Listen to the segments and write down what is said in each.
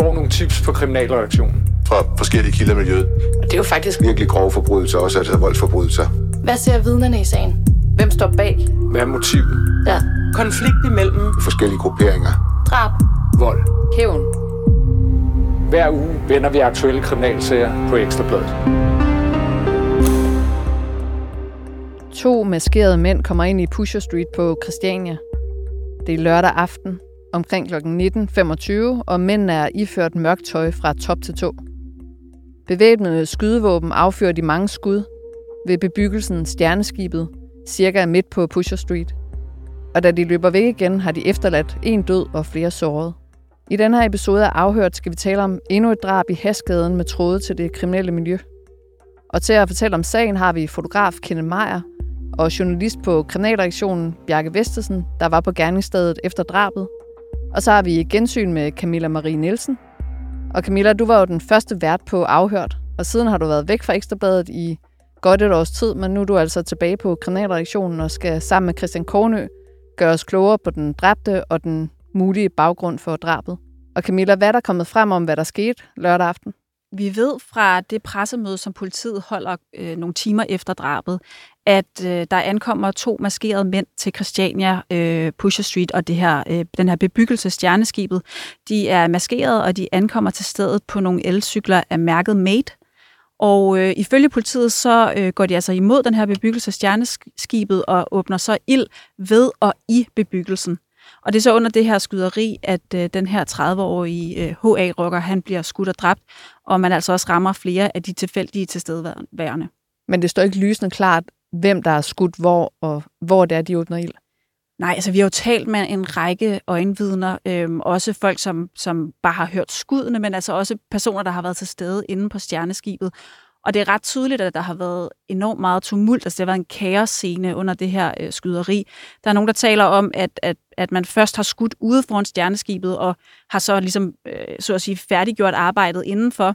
får nogle tips på kriminalreaktionen. Fra forskellige kilder i miljøet. Og det er jo faktisk virkelig grove forbrydelser, også altså voldsforbrydelser. Hvad ser vidnerne i sagen? Hvem står bag? Hvad er motivet? Ja. Konflikt imellem forskellige grupperinger. Drab. Vold. Hævn. Hver uge vender vi aktuelle kriminalsager på Ekstra Bladet. 2 maskerede mænd kommer ind i Pusher Street på Christiania. Det er lørdag aften omkring kl. 19.25, og mændene er iført mørkt tøj fra top til tå. Bevæbnede skydevåben affyrer de mange skud ved bebyggelsen Stjerneskibet, cirka midt på Pusher Street. Og da de løber væk igen, har de efterladt 1 død og flere såret. I den her episode af Afhørt skal vi tale om endnu et drab i Hashgaden med tråde til det kriminelle miljø. Og til at fortælle om sagen har vi fotograf Kenneth Meyer og journalist på kriminalreaktionen Bjarke Vestersen, der var på gerningsstedet efter drabet. Og så har vi gensyn med Camilla Marie Nielsen. Og Camilla, du var jo den første vært på Afhørt, og siden har du været væk fra Ekstra Bladet i godt et års tid, men nu er du altså tilbage på kriminalreaktionen og skal sammen med Christian Kornø gøre os klogere på den dræbte og den mulige baggrund for drabet. Og Camilla, hvad er der kommet frem om, hvad der skete lørdag aften? Vi ved fra det pressemøde, som politiet holder nogle timer efter drabet, at der ankommer 2 maskerede mænd til Christiania, Pusher Street og den her bebyggelse, Stjerneskibet. De er maskeret, og de ankommer til stedet på nogle elcykler af mærket Mate. Og ifølge politiet, så går de altså imod den her bebyggelse, Stjerneskibet, og åbner så ild ved og i bebyggelsen. Og det er så under det her skyderi, at den her 30-årige HA-rocker, han bliver skudt og dræbt, og man altså også rammer flere af de tilfældige tilstedeværende. Men det står ikke lysende klart, hvem der er skudt hvor, og hvor det er, de åbner ild? Nej, altså vi har jo talt med en række øjenvidner, også folk, som bare har hørt skuddene, men altså også personer, der har været til stede inde på Stjerneskibet. Og det er ret tydeligt, at der har været enormt meget tumult. Altså, det har været en kaosscene under det her skyderi. Der er nogen, der taler om, at man først har skudt ude foran Stjerneskibet, og har så ligesom, så at sige, færdiggjort arbejdet indenfor.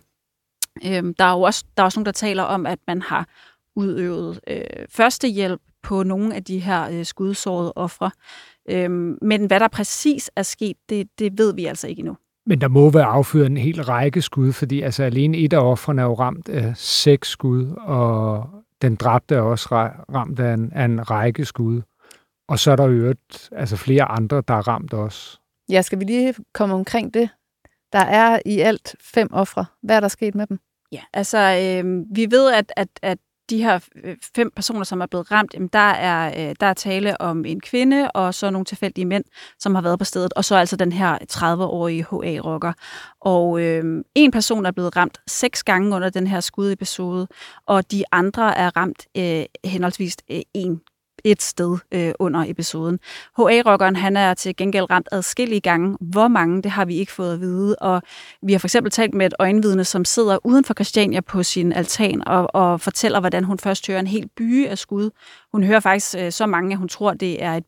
Der er også nogen, der taler om, at man har udøvet førstehjælp på nogle af de her skudsårede ofre. Men hvad der præcis er sket, det ved vi altså ikke endnu. Men der må være affyret en hel række skud, fordi altså alene et af ofrene er jo ramt af 6 skud, og den dræbte er også ramt af en række skud. Og så er der jo altså flere andre, der er ramt også. Ja, skal vi lige komme omkring det? Der er i alt 5 ofre. Hvad er der sket med dem? Ja, altså vi ved, at de her 5 personer, som er blevet ramt, der er tale om en kvinde og så nogle tilfældige mænd, som har været på stedet, og så altså den her 30-årige HA-rocker. Og en person er blevet ramt 6 gange under den her skudepisode, og de andre er ramt henholdsvis et sted under episoden. HA-rockeren, han er til gengæld ramt adskillige gange. Hvor mange, det har vi ikke fået at vide. Og vi har for eksempel talt med et øjenvidne, som sidder uden for Christiania på sin altan og fortæller, hvordan hun først hører en hel byge af skud. Hun hører faktisk så mange, at hun tror, det er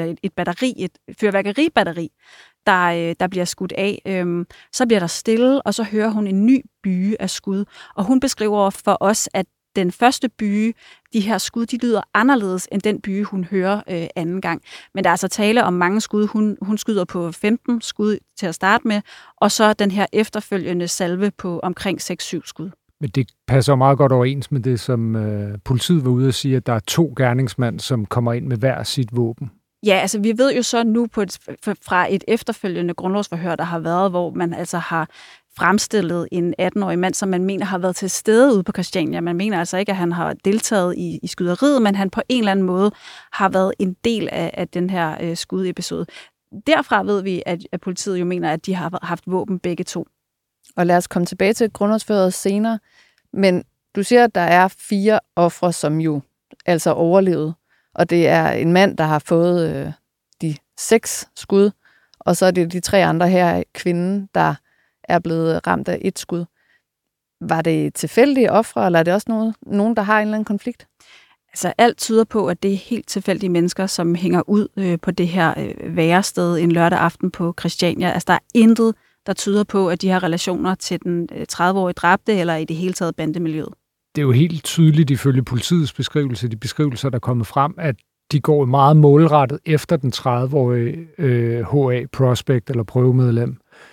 et fyrværkeribatteri, der bliver skudt af. Så bliver der stille, og så hører hun en ny byge af skud. Og hun beskriver for os, at den første byge, de her skud, de lyder anderledes end den byge, hun hører anden gang. Men der er altså tale om mange skud. Hun skyder på 15 skud til at starte med, og så den her efterfølgende salve på omkring 6-7 skud. Men det passer meget godt overens med det, som politiet var ude at sige, at der er 2 gerningsmænd, som kommer ind med hver sit våben. Ja, altså vi ved jo så nu fra et efterfølgende grundlovsforhør, der har været, hvor man altså har fremstillet en 18-årig mand, som man mener har været til stede ude på Christiania. Man mener altså ikke, at han har deltaget i skyderiet, men han på en eller anden måde har været en del af den her skudepisode. Derfra ved vi, at politiet jo mener, at de har haft våben begge 2. Og lad os komme tilbage til grundlovsforhøret senere. Men du siger, at der er 4 ofre, som jo altså overlevede. Og det er en mand, der har fået de 6 skud, og så er det de 3 andre her, kvinden, der er blevet ramt af 1 skud. Var det tilfældige ofre, eller er det også nogen, der har en eller anden konflikt? Altså alt tyder på, at det er helt tilfældige mennesker, som hænger ud på det her værested en lørdag aften på Christiania. Altså der er intet, der tyder på, at de har relationer til den 30-årige dræbte, eller i det hele taget bandemiljøet. Det er jo helt tydeligt ifølge politiets beskrivelse, de beskrivelser, der er kommet frem, at de går meget målrettet efter den 30-årige HA-prospect eller prøvemedlem.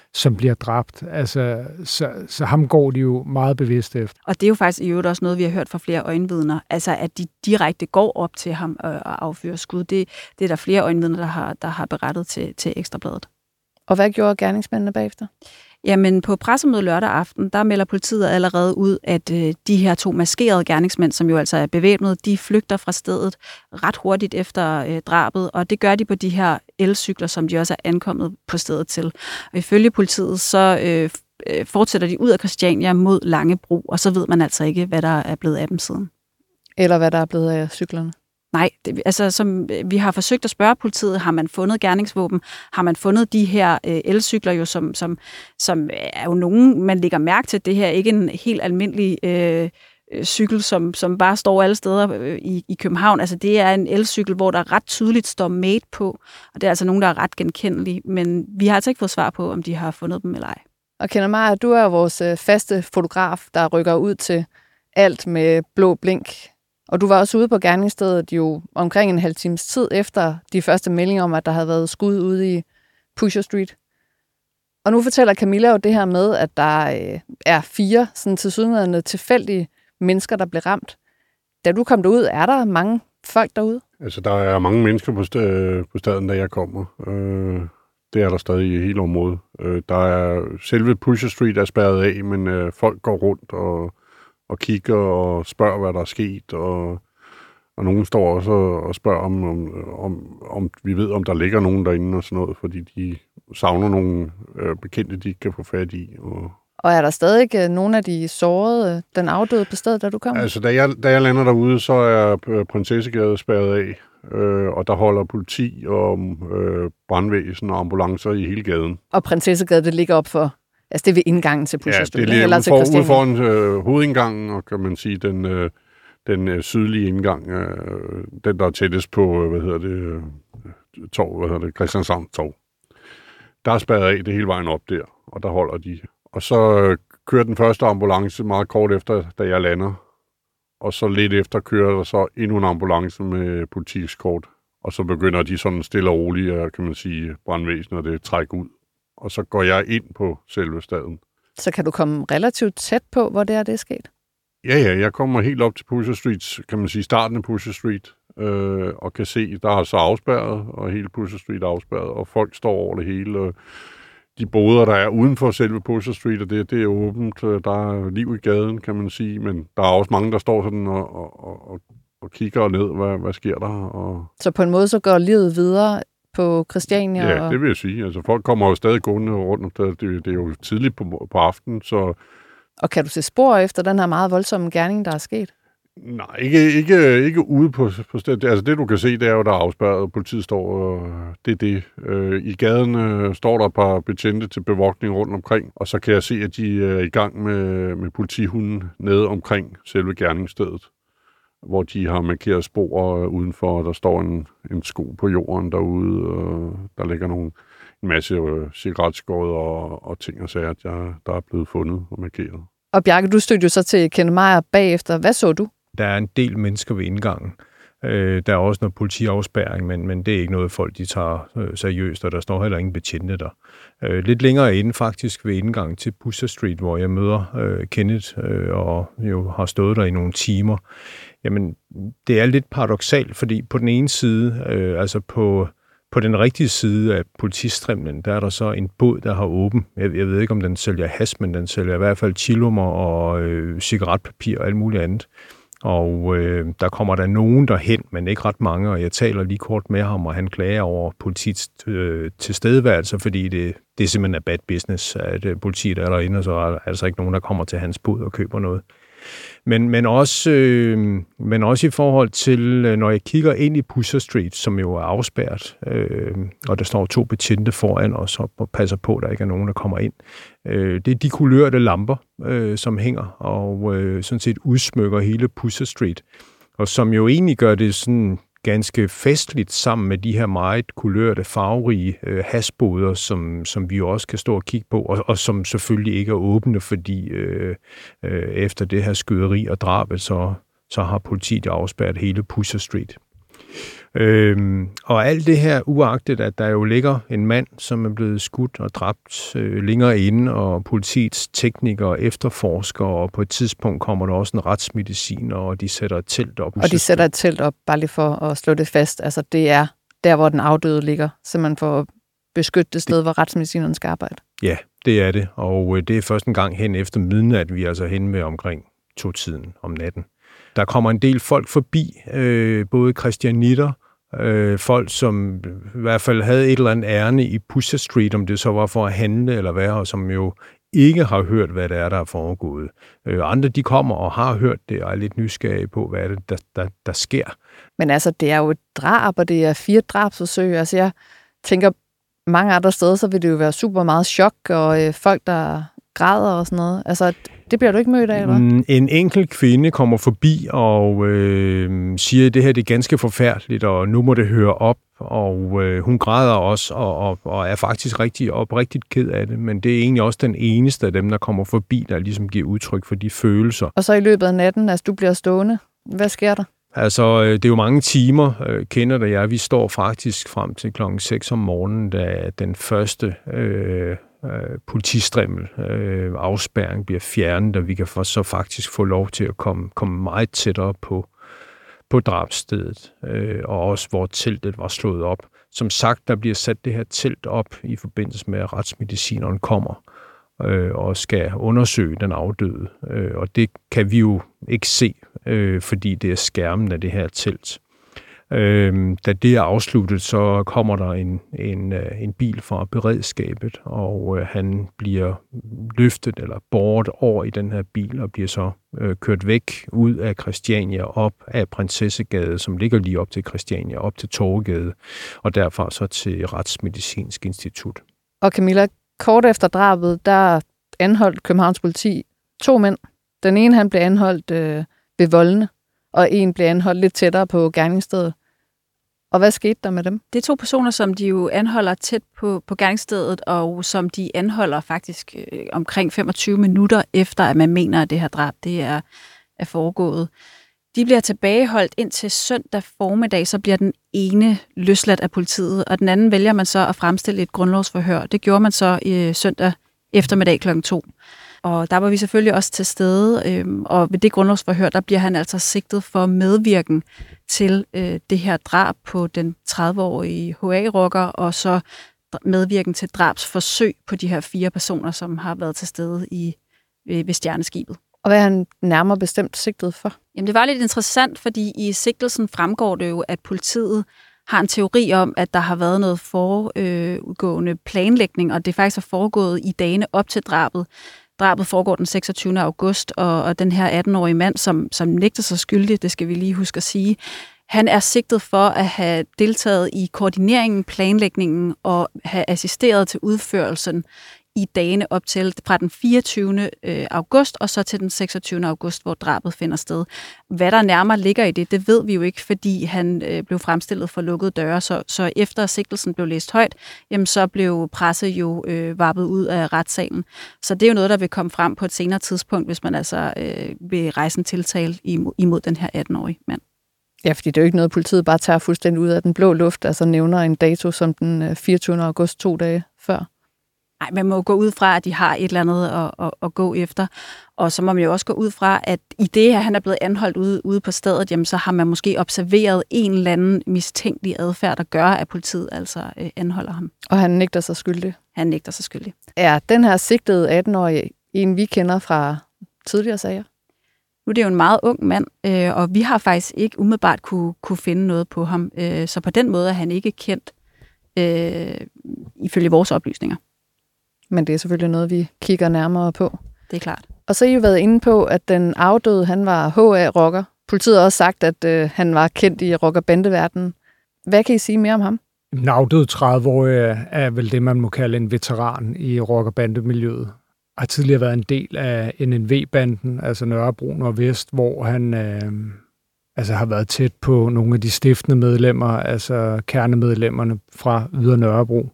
som bliver dræbt. Altså, så ham går de jo meget bevidst efter. Og det er jo faktisk i øvrigt også noget, vi har hørt fra flere øjenvidner. Altså, at de direkte går op til ham og affyrer skud. Det er der flere øjenvidner, der har berettet til Ekstra Bladet. Og hvad gjorde gerningsmændene bagefter? Jamen, på pressemødet lørdag aften, der melder politiet allerede ud, at de her 2 maskerede gerningsmænd, som jo altså er bevæbnet, de flygter fra stedet ret hurtigt efter drabet, og det gør de på de her elcykler, som de også er ankommet på stedet til. Og ifølge politiet, så fortsætter de ud af Christiania mod Langebro, og så ved man altså ikke, hvad der er blevet af dem siden. Eller hvad der er blevet af cyklerne? Nej, som vi har forsøgt at spørge politiet, har man fundet gerningsvåben? Har man fundet de her elcykler, jo, som er jo nogen, man lægger mærke til? Det her er ikke en helt almindelig cykel, som bare står alle steder i København. Altså, det er en elcykel, hvor der ret tydeligt står made på, og det er altså nogen, der er ret genkendelige. Men vi har altså ikke fået svar på, om de har fundet dem eller ej. Og Kender Meyer, du er vores faste fotograf, der rykker ud til alt med blå blink. Og du var også ude på gerningsstedet jo omkring en halv times tid efter de første meldinger om, at der havde været skud ude i Pusher Street. Og nu fortæller Camilla jo det her med, at der er 4 sådan tilsyneladende tilfældige mennesker, der blev ramt. Da du kom derud, er der mange folk derude? Altså, der er mange mennesker på staden, da jeg kommer. Det er der stadig i hele området. Der er selve Pusher Street er spærret af, men folk går rundt og kigger og spørger, hvad der er sket, og nogen står også og spørger, om vi ved, om der ligger nogen derinde og sådan noget, fordi de savner nogle bekendte, de ikke kan få fat i. Og er der stadig nogen af de sårede, den afdøde på stedet, da du kom? Altså, da jeg lander derude, så er Prinsessegade spærret af, og der holder politi og brandvæsen og ambulancer i hele gaden. Og Prinsessegade, det ligger op for... Altså, det er ved indgangen til Pusher Street, det eller til Christiania? Ude foran hovedindgangen, og kan man sige, den sydlige indgang, den der er tættest på, Christianshavn Torv. Der er spærret af det hele vejen op der, og der holder de. Og så kører den første ambulance meget kort efter, da jeg lander. Og så lidt efter kører der så endnu en ambulance med politieskort. Og så begynder de sådan stille og roligt, kan man sige, brandvæsen, og det trækker ud. Og så går jeg ind på selve staden. Så kan du komme relativt tæt på, hvor det er sket? Ja, jeg kommer helt op til Pusher Street, kan man sige, starten af Pusher Street, og kan se, der er så afspærret, og hele Pusher Street er afspærret, og folk står over det hele. Og de boder, der er uden for selve Pusher Street, og det er åbent. Der er liv i gaden, kan man sige, men der er også mange, der står sådan og kigger ned, hvad sker der. Og... Så på en måde så går livet videre på Christiania? Ja, det vil jeg sige. Altså, folk kommer jo stadig gående rundt. Det er jo tidligt på aftenen, så... Og kan du se spor efter den her meget voldsomme gerning, der er sket? Nej, ikke ude på stedet. Altså, det du kan se, det er jo, der er afspærret, og politiet står, og det er det. I gaden står der et par betjente til bevogtning rundt omkring, og så kan jeg se, at de er i gang med politihunden nede omkring selve gerningsstedet, hvor de har markeret spor udenfor, og der står en sko på jorden derude, og der ligger en masse cigaretskåret og ting og sager, der er blevet fundet og markeret. Og Bjarke, du stødte jo så til Kender Meyer bagefter. Hvad så du? Der er en del mennesker ved indgangen. Der er også noget politiafspærring, men det er ikke noget, folk de tager seriøst, og der står heller ingen betjente der. Lidt længere inde faktisk ved indgangen til Pusher Street, hvor jeg møder Kenneth og jo har stået der i nogle timer. Jamen, det er lidt paradoksalt, fordi på den ene side, altså på den rigtige side af politistrimlen, der er der så en båd, der har åben. Jeg ved ikke, om den sælger hash, men den sælger i hvert fald chilummer og cigaretpapir og alt muligt andet. Og der kommer der nogen derhen, men ikke ret mange, og jeg taler lige kort med ham, og han klager over politiets tilstedeværelse, fordi det er simpelthen er bad business, at politiet er derinde, og så er der altså ikke nogen, der kommer til hans båd og køber noget. Men også i forhold til, når jeg kigger ind i Pusher Street, som jo er afspærret, og der står 2 betjente foran os og passer på, at der ikke er nogen, der kommer ind. Det er de kulørte lamper, som hænger og sådan set udsmykker hele Pusher Street, og som jo egentlig gør det sådan ganske festligt sammen med de her meget kulørte, farverige hashboder, som vi jo også kan stå og kigge på, og som selvfølgelig ikke er åbne, fordi efter det her skyderi og drabet, så har politiet afspærret hele Pusher Street. Og alt det her uagtet, at der jo ligger en mand, som er blevet skudt og dræbt længere inde, og politiets teknikere efterforskere, og på et tidspunkt kommer der også en retsmediciner, og de sætter et telt op. Og de sætter et telt op, bare lige for at slå det fast. Altså det er der, hvor den afdøde ligger, så man får beskytte det sted, hvor retsmedicineren skal arbejde. Ja, det er det, og det er først en gang hen efter midnat, vi er altså hen med omkring 2-tiden om natten. Der kommer en del folk forbi, både christianitter, folk, som i hvert fald havde et eller andet ærne i Pusher Street, om det så var for at handle eller hvad, og som jo ikke har hørt, hvad det er, der er foregået. Andre, de kommer og har hørt det, og er lidt nysgerrige på, hvad er det, der sker. Men altså, det er jo et drab, og det er 4 drabsforsøg. Altså, jeg tænker, mange andre steder, så vil det jo være super meget chok, og folk, der græder og sådan noget. Altså, det bliver du ikke mødt af, eller? En enkelt kvinde kommer forbi og siger, at det her det er ganske forfærdeligt, og nu må det høre op. Og hun græder også, og er faktisk rigtig oprigtigt ked af det. Men det er egentlig også den eneste af dem, der kommer forbi, der ligesom giver udtryk for de følelser. Og så i løbet af natten, altså du bliver stående. Hvad sker der? Altså, det er jo mange timer, kender det jeg. Vi står faktisk frem til klokken 6 om morgenen, da den første politistrimmel afspærring bliver fjernet, og vi kan så faktisk få lov til at komme meget tættere på drabsstedet, og også hvor teltet var slået op. Som sagt, der bliver sat det her telt op i forbindelse med, at retsmedicineren kommer og skal undersøge den afdøde. Og det kan vi jo ikke se, fordi det er skærmen af det her telt. Da det er afsluttet, så kommer der en bil fra beredskabet, og han bliver løftet eller båret over i den her bil og bliver så kørt væk ud af Christiania, op af Prinsessegade, som ligger lige op til Christiania, op til Torvegade, og derfra så til Retsmedicinsk Institut. Og Camilla, kort efter drabet, der anholdt Københavns politi 2 mænd. Den ene, han blev anholdt ved voldene, og en blev anholdt lidt tættere på gerningsstedet. Og hvad skete der med dem? Det er 2 personer, som de jo anholder tæt på gerningsstedet, og som de anholder faktisk omkring 25 minutter efter, at man mener, at det her drab det er foregået. De bliver tilbageholdt indtil søndag formiddag, så bliver den ene løsladt af politiet, og den anden vælger man så at fremstille et grundlovsforhør. Det gjorde man så i søndag eftermiddag kl. 2. Og der var vi selvfølgelig også til stede, og ved det grundlovsforhør, der bliver han altså sigtet for medvirken til det her drab på den 30-årige HA-rocker, og så medvirken til drabsforsøg på de her 4 personer, som har været til stede ved Stjerneskibet. Og hvad er han nærmere bestemt sigtet for? Jamen, det var lidt interessant, fordi i sigtelsen fremgår det jo, at politiet har en teori om, at der har været noget forudgående planlægning, og det faktisk er foregået i dagene op til drabet. Drabet foregår den 26. august, og den her 18-årige mand, som nægter sig skyldig, det skal vi lige huske at sige, han er sigtet for at have deltaget i koordineringen, planlægningen og have assisteret til udførelsen i dagene op til fra den 24. august og så til den 26. august, hvor drabet finder sted. Hvad der nærmere ligger i det ved vi jo ikke, fordi han blev fremstillet for lukkede døre, så efter sigtelsen blev læst højt, jamen så blev presset jo vappet ud af retssalen. Så det er jo noget, der vil komme frem på et senere tidspunkt, hvis man altså vil rejse en tiltale imod den her 18-årige mand. Ja, fordi det er jo ikke noget, politiet bare tager fuldstændig ud af den blå luft, altså nævner en dato som den 24. august 2 dage før. Nej, man må gå ud fra, at de har et eller andet at gå efter. Og så må man jo også gå ud fra, at i det her, han er blevet anholdt ude på stedet, jamen, så har man måske observeret en eller anden mistænkelig adfærd, der gør, at politiet altså anholder ham. Og han nægter sig skyldig? Han nægter sig skyldig. Er den her sigtede 18-årige en, vi kender fra tidligere sager? Nu er det jo en meget ung mand, og vi har faktisk ikke umiddelbart kunne finde noget på ham. Så på den måde er han ikke kendt, ifølge vores oplysninger. Men det er selvfølgelig noget, vi kigger nærmere på. Det er klart. Og så er I jo været inde på, at den afdøde, han var HA-rocker. Politiet har også sagt, at han var kendt i rocker-bandeverdenen. Hvad kan I sige mere om ham? Den afdøde 30-årige er vel det, man må kalde en veteran i rocker-bandemiljøet. Har tidligere været en del af NNV-banden, altså Nørrebro Nordvest, hvor han har været tæt på nogle af de stiftende medlemmer, altså kernemedlemmerne fra Ydre Nørrebro.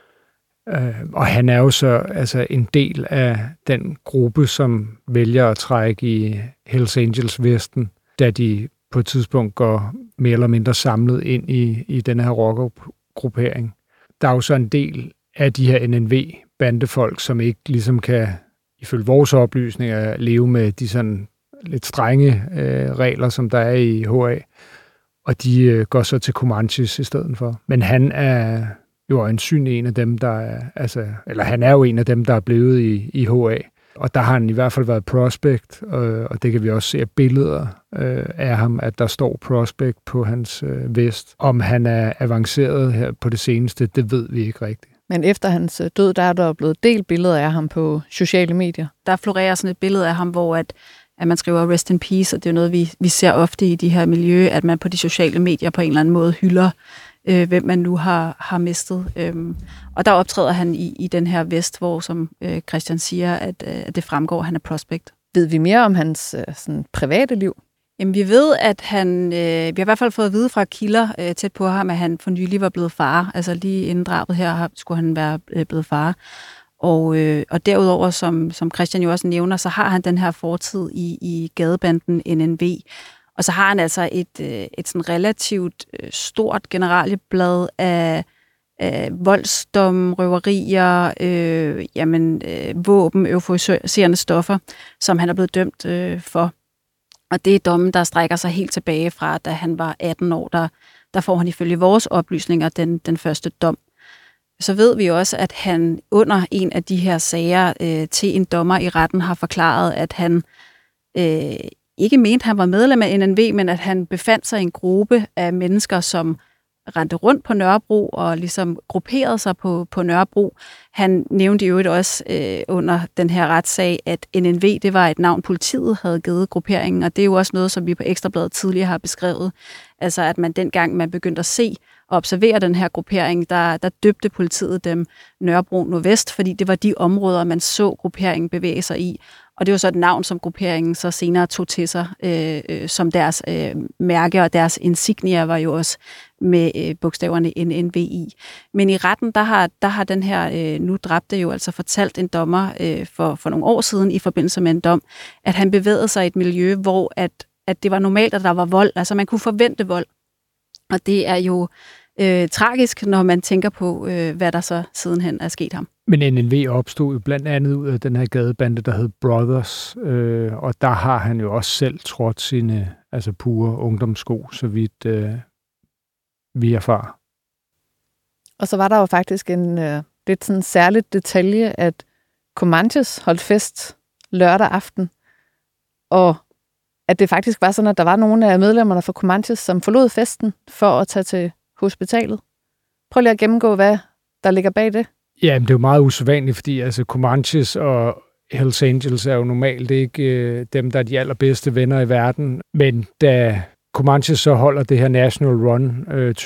Og han er jo så en del af den gruppe, som vælger at trække i Hells Angels Vesten, da de på et tidspunkt går mere eller mindre samlet ind i den her rockergruppering. Der er jo så en del af de her NNV-bandefolk, som ikke ligesom kan, ifølge vores oplysninger, leve med de sådan lidt strenge regler, som der er i HA, og de går så til Comanches i stedet for. Men han er jo øjensynlig en af dem, der er, han er jo en af dem, der er blevet i HA. Og der har han i hvert fald været prospect, og det kan vi også se af billeder af ham, at der står prospect på hans vest. Om han er avanceret her på det seneste, det ved vi ikke rigtigt. Men efter hans død, der er der blevet delt billeder af ham på sociale medier. Der florerer sådan et billede af ham, hvor at man skriver rest in peace, og det er noget, vi ser ofte i de her miljøer, at man på de sociale medier på en eller anden måde hylder, hvem man nu har mistet. Og der optræder han i den her vest, hvor, som Christian siger, at det fremgår, at han er prospect. Ved vi mere om hans sådan, private liv? Jamen, vi ved, at han... vi har i hvert fald fået at vide fra kilder tæt på ham, at han for nylig var blevet far. Altså lige inden drabet her skulle han være blevet far. Og derudover, som Christian jo også nævner, så har han den her fortid i gadebanden NNV. Og så har han altså et sådan relativt stort generalieblad af voldsdom, røverier, våben, euforiserende stoffer, som han er blevet dømt for. Og det er dommen, der strækker sig helt tilbage fra, da han var 18 år. Der får han ifølge vores oplysninger den første dom. Så ved vi også, at han under en af de her sager til en dommer i retten har forklaret, at han ikke mente, han var medlem af NNV, men at han befandt sig i en gruppe af mennesker, som rendte rundt på Nørrebro og ligesom grupperede sig på Nørrebro. Han nævnte jo også under den her retssag, at NNV, det var et navn, politiet havde givet grupperingen, og det er jo også noget, som vi på Ekstrabladet tidligere har beskrevet. Altså, at man dengang, man begyndte at se og observere den her gruppering, der døbte politiet dem Nørrebro Nordvest, fordi det var de områder, man så grupperingen bevæge sig i. Og det var så et navn, som grupperingen så senere tog til sig, som deres mærke, og deres insignier var jo også med bogstaverne NNVI. Men i retten, der har den her nu dræbte jo altså fortalt en dommer for nogle år siden i forbindelse med en dom, at han bevægede sig i et miljø, hvor at det var normalt, at der var vold. Altså man kunne forvente vold. Og det er jo tragisk, når man tænker på, hvad der så sidenhen er sket ham. Men NNV opstod jo blandt andet ud af den her gadebande, der hed Brothers, og der har han jo også selv trådt sine pure ungdomssko, så vidt vi erfarer. Og så var der jo faktisk en lidt sådan særligt detalje, at Comanches holdt fest lørdag aften, og at det faktisk var sådan, at der var nogle af medlemmerne fra Comanches, som forlod festen for at tage til hospitalet. Prøv lige at gennemgå, hvad der ligger bag det. Ja, men det er jo meget usædvanligt, fordi Comanches og Hells Angels er jo normalt ikke dem, der er de allerbedste venner i verden. Men da Comanches så holder det her National Run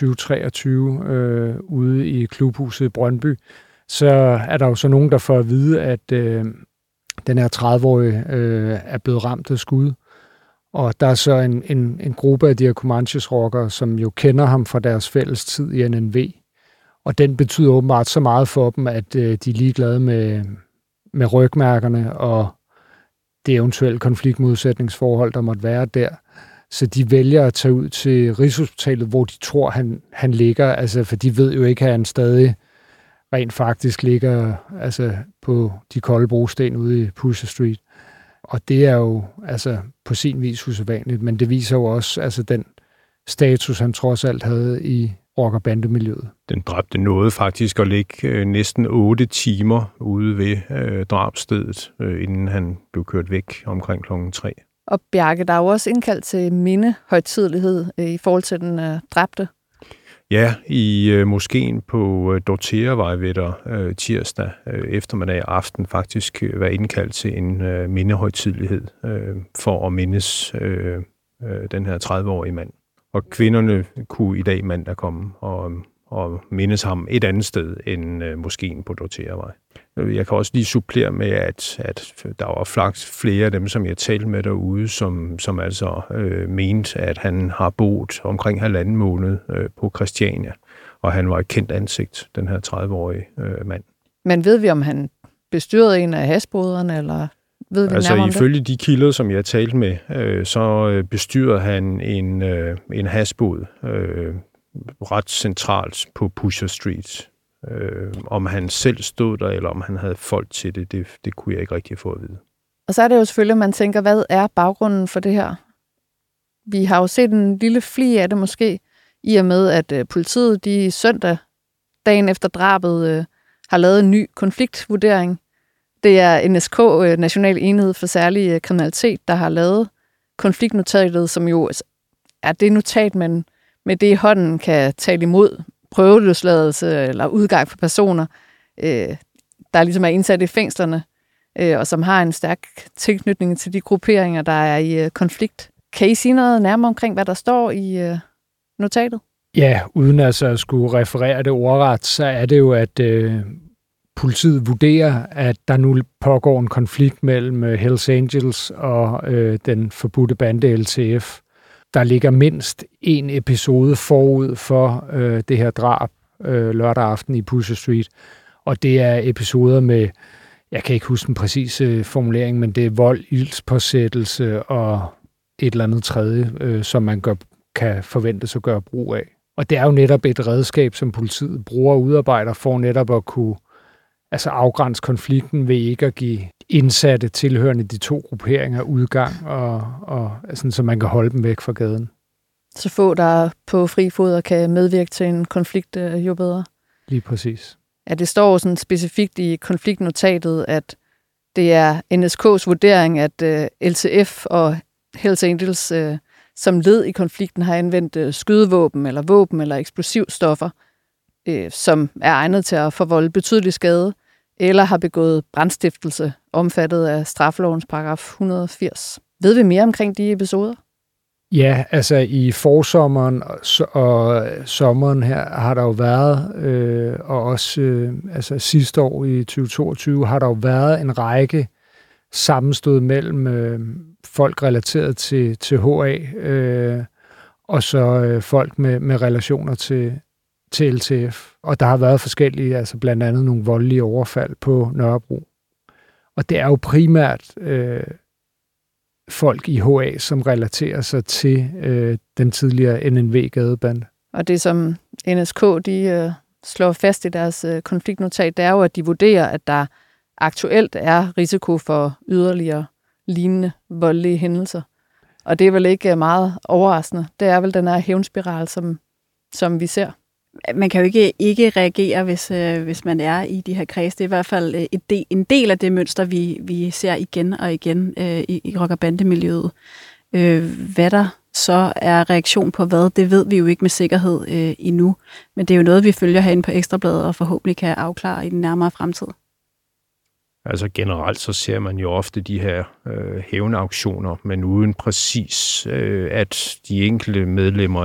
2023 ude i klubhuset i Brøndby, så er der jo så nogen, der får at vide, at den her 30-årige er blevet ramt af skud. Og der er så en gruppe af de her Comanches-rockere, som jo kender ham fra deres fælles tid i NNV. Og den betyder åbenbart så meget for dem, at de er ligeglade med rygmærkerne og det eventuelle konfliktmodsætningsforhold, der måtte være der. Så de vælger at tage ud til Rigshospitalet, hvor de tror, han ligger. For de ved jo ikke, at han stadig rent faktisk ligger på de kolde brosten ude i Pusher Street. Og det er jo på sin vis usædvanligt, men det viser jo også den status, han trods alt havde i rocker-bandemiljøet. Den dræbte nåede faktisk at ligge næsten 8 timer ude ved drabsstedet, inden han blev kørt væk omkring klokken 3. Og Bjarke, der er jo også indkaldt til mindehøjtidelighed i forhold til den dræbte. Ja, i moskeen på Dortheavej vil der tirsdag eftermiddag aften faktisk være indkaldt til en mindehøjtidelighed for at mindes den her 30-årige mand. Og kvinderne kunne i dag mandag komme og mindes ham et andet sted end moskeen på Dortheavej. Jeg kan også lige supplere med, at der var flere af dem, som jeg talte med derude, som altså mente, at han har boet omkring 1,5 måned på Christiania, og han var et kendt ansigt, den her 30-årige mand. Men ved vi, om han bestyrede en af hasbruderne, eller Ved vi altså nærmere om ifølge de kilder, som jeg talte med, så bestyrer han en hashbod ret centralt på Pusher Street. Om han selv stod der, eller om han havde folk til det kunne jeg ikke rigtig få at vide. Og så er det jo selvfølgelig, at man tænker, hvad er baggrunden for det her? Vi har jo set en lille fli af det måske, i og med, at politiet de søndag, dagen efter drabet, har lavet en ny konfliktvurdering. Det er NSK, National Enhed for Særlig Kriminalitet, der har lavet konfliktnotatet, som jo er det notat, man med det i hånden kan tale imod prøveløsladelse eller udgang for personer, der ligesom er indsat i fængslerne, og som har en stærk tilknytning til de grupperinger, der er i konflikt. Kan I sige noget nærmere omkring, hvad der står i notatet? Ja, uden altså at skulle referere det ordret, så er det jo, at politiet vurderer, at der nu pågår en konflikt mellem Hells Angels og den forbudte bande LTF. Der ligger mindst en episode forud for det her drab lørdag aften i Pusher Street, og det er episoder med, jeg kan ikke huske den præcise formulering, men det er vold, ildspåsættelse og et eller andet tredje, som man kan forventes at gøre brug af. Og det er jo netop et redskab, som politiet bruger og udarbejder for netop at kunne afgrænse konflikten ved ikke at give indsatte tilhørende de to grupperinger udgang, og sådan, så man kan holde dem væk fra gaden. Så få, der på fri fod og kan medvirke til en konflikt, jo bedre. Lige præcis. Ja, det står sådan specifikt i konfliktnotatet, at det er NSK's vurdering, at LTF og Hells Angels som led i konflikten har anvendt skydevåben eller eksplosivstoffer, som er egnet til at forvolde betydelig skade, eller har begået brandstiftelse, omfattet af straffelovens paragraf 180. Ved vi mere omkring de episoder? Ja, altså i forsommeren og sommeren her har der jo været, og også sidste år i 2022 har der jo været en række sammenstød mellem folk relateret til HA og så folk med relationer til LTF. Og der har været forskellige, blandt andet nogle voldelige overfald på Nørrebro. Og det er jo primært folk i HA, som relaterer sig til den tidligere NNV-gadebande. Og det, som NSK de slår fast i deres konfliktnotat, det er jo, at de vurderer, at der aktuelt er risiko for yderligere lignende voldelige hændelser. Og det er vel ikke meget overraskende. Det er vel den her hævnspiral, som vi ser. Man kan jo ikke reagere, hvis man er i de her kreds. Det er i hvert fald en del af det mønster, vi ser igen og igen i rock- og bandemiljøet. Hvad der så er reaktion på hvad, det ved vi jo ikke med sikkerhed endnu. Men det er jo noget, vi følger herinde på Ekstrabladet og forhåbentlig kan afklare i den nærmere fremtid. Altså generelt så ser man jo ofte de her hævnauktioner, men uden præcis, at de enkelte medlemmer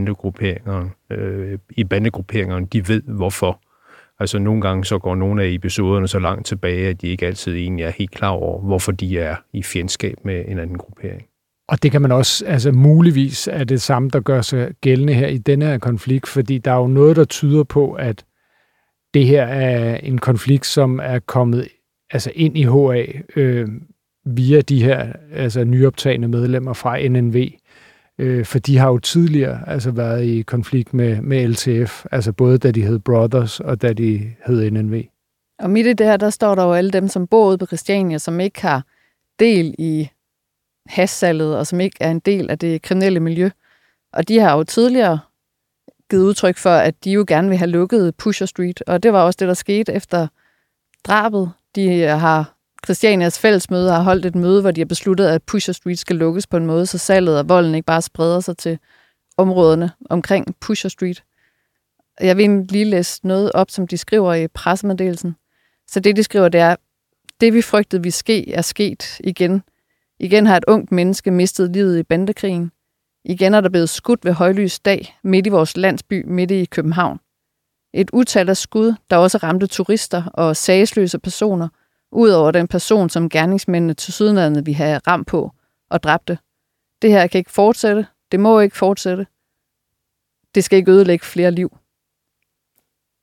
i bandegrupperingen, de ved hvorfor. Altså nogle gange så går nogle af episoderne så langt tilbage, at de ikke altid egentlig er helt klar over, hvorfor de er i fjendskab med en anden gruppering. Og det kan man også, muligvis er det samme, der gør sig gældende her i denne her konflikt, fordi der er jo noget, der tyder på, at det her er en konflikt, som er kommet ind i HA via de her nyoptagende medlemmer fra NNV. For de har jo tidligere været i konflikt med LTF, både da de hed Brothers og da de hed NNV. Og midt i det her, der står der jo alle dem, som bor ude på Christiania, som ikke har del i hashsalget, og som ikke er en del af det kriminelle miljø. Og de har jo tidligere givet udtryk for, at de jo gerne vil have lukket Pusher Street, og det var også det, der skete efter drabet. Christianias fællesmøde har holdt et møde, hvor de har besluttet, at Pusher Street skal lukkes på en måde, så salget og volden ikke bare spreder sig til områderne omkring Pusher Street. Jeg vil lige læse noget op, som de skriver i pressemeddelelsen. Så det, de skriver, det er, det vi frygtede vi ske, er sket igen. Igen har et ungt menneske mistet livet i bandekrigen. Igen er der blevet skudt ved højlys dag midt i vores landsby, midt i København. Et utal af skud, der også ramte turister og sagesløse personer, udover den person, som gerningsmændene tilsyneladende vi have ramt på og dræbte. Det her kan ikke fortsætte. Det må ikke fortsætte. Det skal ikke ødelægge flere liv.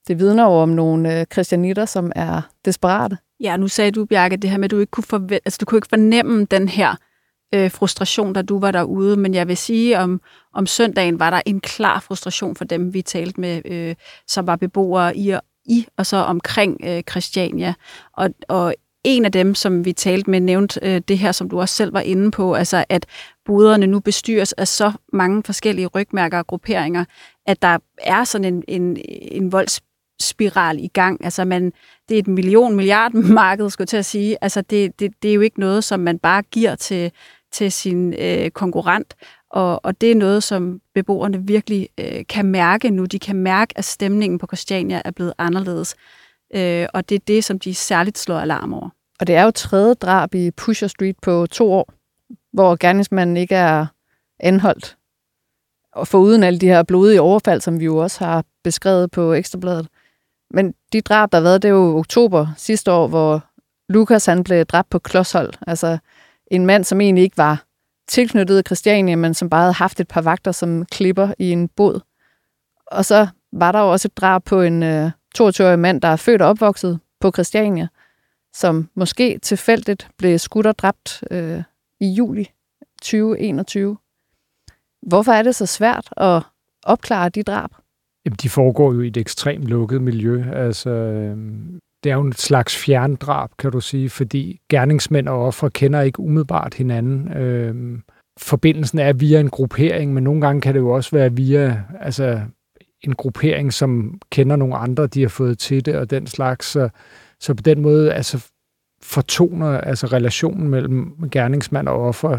Det vidner jo om nogle christianitter, som er desperate. Ja, nu sagde du, Bjarke, det her med, at du ikke kunne du kunne ikke fornemme den her frustration, da du var derude, men jeg vil sige, om søndagen var der en klar frustration for dem, vi talte med, som var beboere i og så omkring Christiania. Og en af dem, som vi talte med, nævnte det her, som du også selv var inde på, altså at boderne nu bestyres af så mange forskellige rygmærker og grupperinger, at der er sådan en voldsspiral i gang. Altså det er et milliard-marked, skulle jeg til at sige. Altså det er jo ikke noget, som man bare giver til sin konkurrent, og det er noget, som beboerne virkelig kan mærke nu. De kan mærke, at stemningen på Christiania er blevet anderledes, og det er det, som de særligt slår alarm over. Og det er jo 3. drab i Pusher Street på 2 år, hvor gerningsmanden ikke er anholdt. Og foruden alle de her blodige overfald, som vi jo også har beskrevet på Ekstrabladet. Men de drab, der har været, det er jo oktober sidste år, hvor Lukas han blev dræbt på klodshold. Altså en mand, som egentlig ikke var tilknyttet Christiania, men som bare havde haft et par vagter som klipper i en båd. Og så var der jo også et drab på en 22-årig mand, der er født og opvokset på Christiania, som måske tilfældigt blev skudt og dræbt i juli 2021. Hvorfor er det så svært at opklare de drab? Jamen, de foregår jo i et ekstremt lukket miljø. Altså, det er jo en slags fjerndrab, kan du sige, fordi gerningsmænd og ofre kender ikke umiddelbart hinanden. Forbindelsen er via en gruppering, men nogle gange kan det jo også være via en gruppering, som kender nogle andre, de har fået til det og den slags. Så på den måde fortoner relationen mellem gerningsmand og offer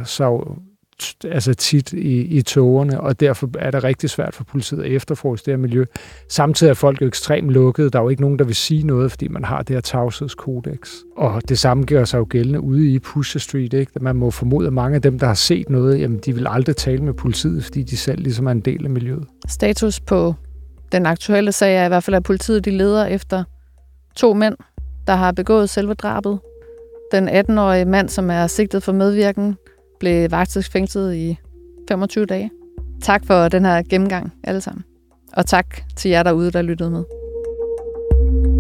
så tit i tågerne, og derfor er det rigtig svært for politiet at efterforske det her miljø. Samtidig er folk jo ekstremt lukkede. Der er jo ikke nogen, der vil sige noget, fordi man har det her tavshedskodex. Og det samme gør sig jo gældende ude i Pusher Street, ikke? Man må formode, at mange af dem, der har set noget, jamen, de vil aldrig tale med politiet, fordi de selv ligesom er en del af miljøet. Status på den aktuelle sag er i hvert fald, at politiet de leder efter 2 mænd, der har begået selve drabet. Den 18-årige mand, som er sigtet for medvirken, blev varetægtsfængslet i 25 dage. Tak for den her gennemgang, alle sammen. Og tak til jer derude, der lyttede med.